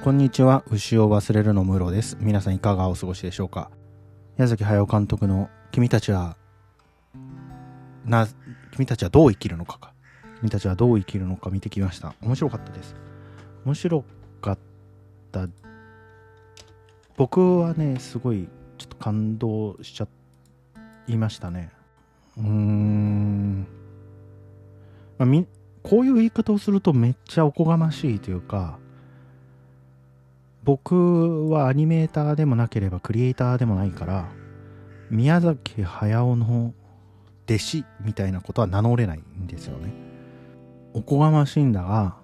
こんにちは。牛を忘れるのムロです。皆さんいかがお過ごしでしょうか。宮崎駿監督の君たちはどう生きるのか君たちはどう生きるのか見てきました。面白かったです。面白かった。僕はね、すごいちょっと感動しちゃいましたね。こういう言い方をするとめっちゃおこがましいというか、僕はアニメーターでもなければクリエイターでもないから、宮崎駿の弟子みたいなことは名乗れないんですよね。おこがましいんだが、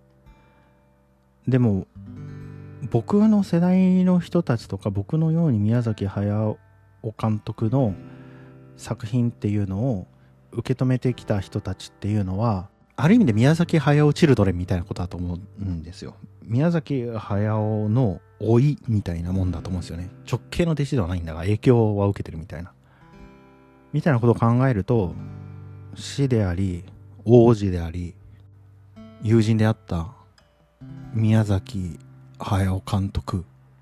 でも僕の世代の人たちとか、僕のように宮崎駿監督の作品っていうのを受け止めてきた人たちっていうのは、ある意味で宮崎駿チルドレンみたいなことだと思うんですよ。宮崎駿の老いみたいなもんだと思うんですよね。直系の弟子ではないんだが影響は受けてるみたいなことを考えると、師であり王子であり友人であった宮崎駿監督、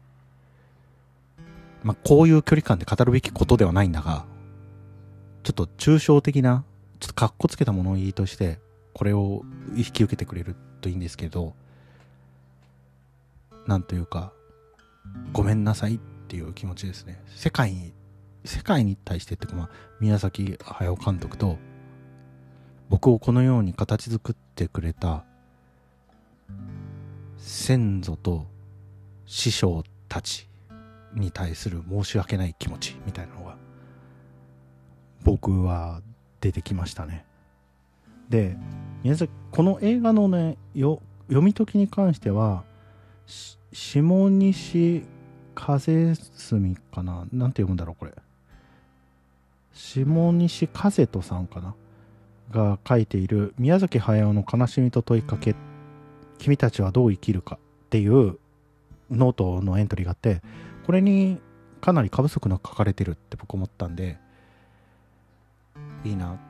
こういう距離感で語るべきことではないんだが、ちょっと抽象的な、ちょっとカッコつけた物言いとしてこれを引き受けてくれるといいんですけど、なんというかごめんなさいっていう気持ちですね。世界に対してっていうか、宮崎駿監督と僕をこのように形作ってくれた先祖と師匠たちに対する申し訳ない気持ちみたいなのが僕は出てきましたね。で、この映画のね、読み解きに関しては、下西風澄かな、なんて読むんだろうこれ、下西風人さんかなが書いている宮崎駿の悲しみと問いかけ、君たちはどう生きるかっていうノートのエントリーがあって、これにかなり過不足なく書かれてるって僕思ったんで、いいなって。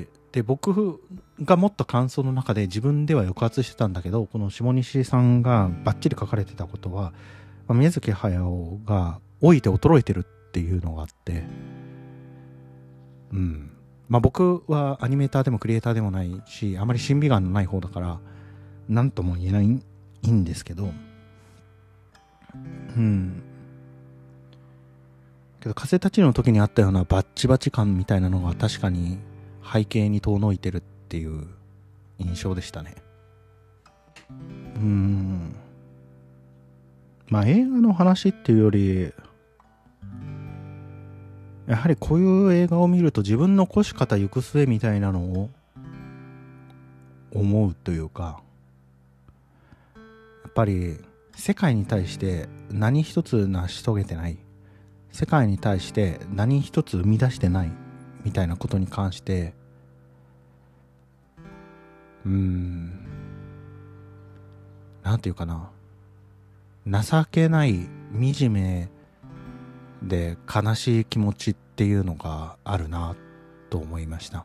で、僕が持った感想の中で自分では抑圧してたんだけど、この下西さんがバッチリ書かれてたことは、宮崎駿が老いて衰えてるっていうのがあって、僕はアニメーターでもクリエイターでもないし、あまり審美眼のない方だから何とも言えないんですけど、けど風立ちの時にあったようなバッチバチ感みたいなのが確かに背景に遠のいてるっていう印象でしたね。映画の話っていうより、やはりこういう映画を見ると自分の越し方行く末みたいなのを思うというか、やっぱり世界に対して何一つ成し遂げてない、世界に対して何一つ生み出してないみたいなことに関して、なんていうかな、情けない、惨めで悲しい気持ちっていうのがあるなと思いました。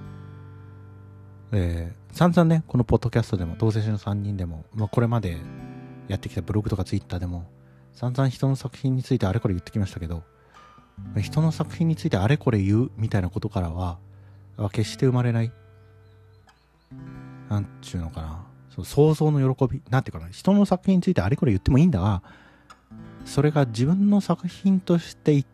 散々ね、このポッドキャストでも同性種の3人でも、これまでやってきたブログとかツイッターでも散々人の作品についてあれこれ言ってきましたけど、人の作品についてあれこれ言うみたいなことからは決して生まれない、なんちゅうのかな、その想像の喜び、なんていうかな、人の作品についてあれこれ言ってもいいんだが、それが自分の作品として言って、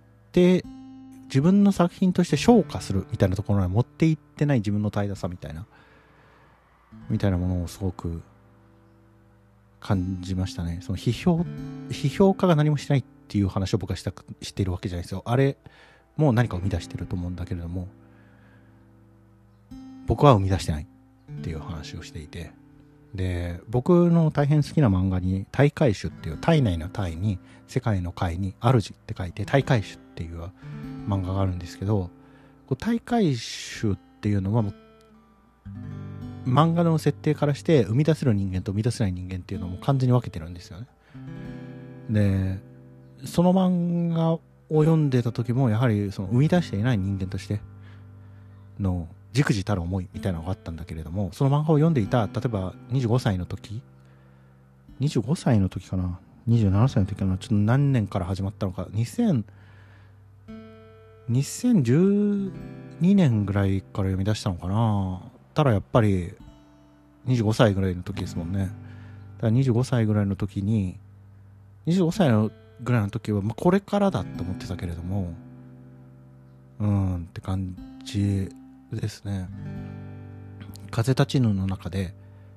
自分の作品として昇華するみたいなところに持っていってない自分の怠惰さみたいなものをすごく感じましたね。その批評家が何もしないっていう話を僕はしているわけじゃないですよ。あれもう何かを生み出してると思うんだけれども、僕は生み出してないっていう話をしていて、で、僕の大変好きな漫画に大海主っていう、体内の体に世界の界に主って書いて大海主っていう漫画があるんですけど、大海主っていうのは漫画の設定からして生み出せる人間と生み出せない人間っていうのも完全に分けてるんですよね。で、その漫画を読んでた時もやはりその生み出していない人間としての忸怩たる思いみたいなのがあったんだけれども、その漫画を読んでいた例えば25歳の時 25歳の時かな、27歳の時かな、ちょっと何年から始まったのか、2012年ぐらいから読み出したのかな。ただやっぱり25歳ぐらいの時ですもんね。だから25歳ぐらいの時に、25歳のぐらいの時は、これからだと思ってたけれども、って感じですね。風立ちぬの中で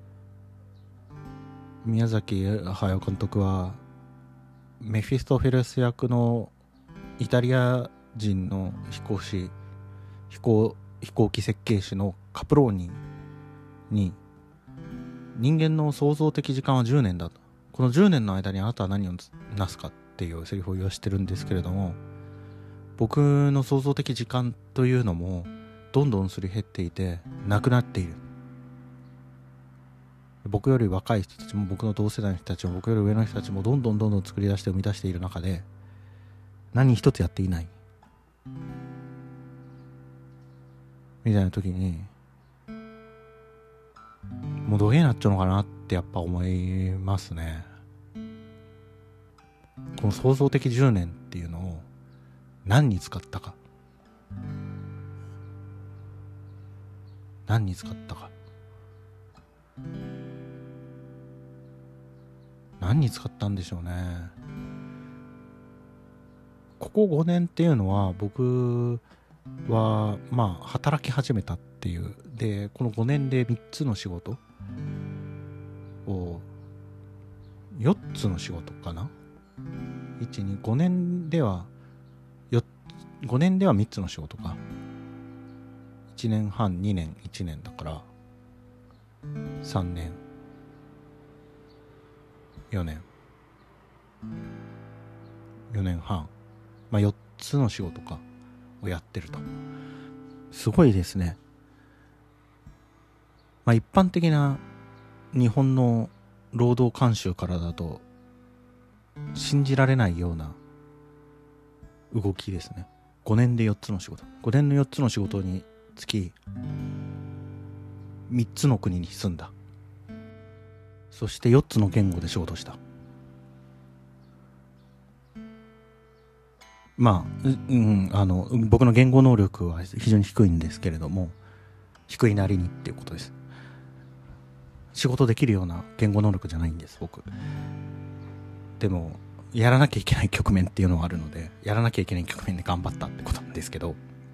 宮崎駿監督はメフィストフェレス役のイタリア人の飛行機設計士のカプローニに、人間の創造的時間は10年だと、この10年の間にあなたは何をなすかっていうセリフを言わしてるんですけれども、僕の創造的時間というのもどんどんすり減っていてなくなっている。僕より若い人たちも、僕の同世代の人たちも、僕より上の人たちもどんどん作り出して生み出している中で、何一つやっていないみたいな時に、もうどげになっちゃうのかなってやっぱ思いますね。この創造的10年っていうのを何に使ったか、何に使ったか、何に使ったんでしょうね。ここ5年っていうのは僕は働き始めたっていう。でこの5年で3つの仕事を、4つの仕事かな、5年では5年では3つの仕事か、1年半2年1年だから3年4年半、4つの仕事かをやってると。すごいですね。一般的な日本の労働慣習からだと信じられないような動きですね。5年で4つの仕事、5年の4つの仕事につき3つの国に住んだ。そして4つの言語で仕事した。僕の言語能力は非常に低いんですけれども、低いなりにっていうことです。仕事できるような言語能力じゃないんです僕。でもやらなきゃいけない局面っていうのはあるので、やらなきゃいけない局面で頑張ったってことなんですけど、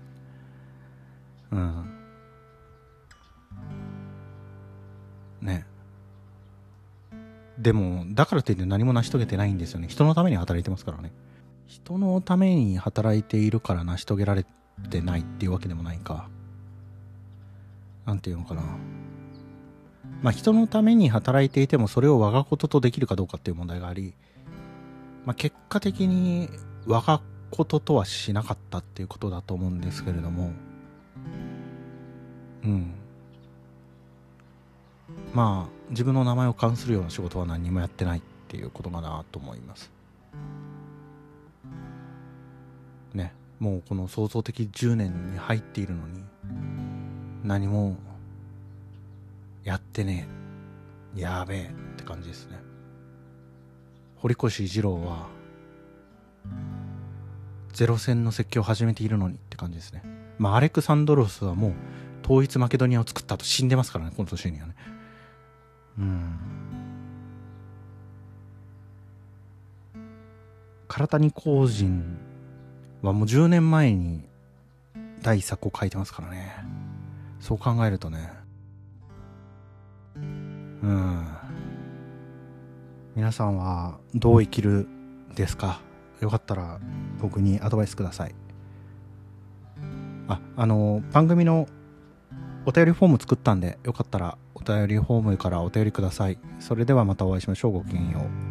ね。でもだからといって何も成し遂げてないんですよね。人のために働いてますからね。人のために働いているから成し遂げられてないっていうわけでもないか。なんていうのかな。人のために働いていてもそれを我がこととできるかどうかっていう問題があり、結果的に我がこととはしなかったっていうことだと思うんですけれども、自分の名前を冠するような仕事は何にもやってないっていうことかなと思いますね。もうこの創造的10年に入っているのに何もやってねえ、やべえって感じですね。堀越二郎はゼロ戦の設計を始めているのにって感じですね。アレクサンドロスはもう統一マケドニアを作った後死んでますからね、この年にはね。唐谷公人はもう10年前に第一作を書いてますからね。そう考えるとね、皆さんはどう生きるですか？よかったら僕にアドバイスください。番組のお便りフォーム作ったんで、よかったらお便りフォームからお便りください。それではまたお会いしましょう。ごきげんよう。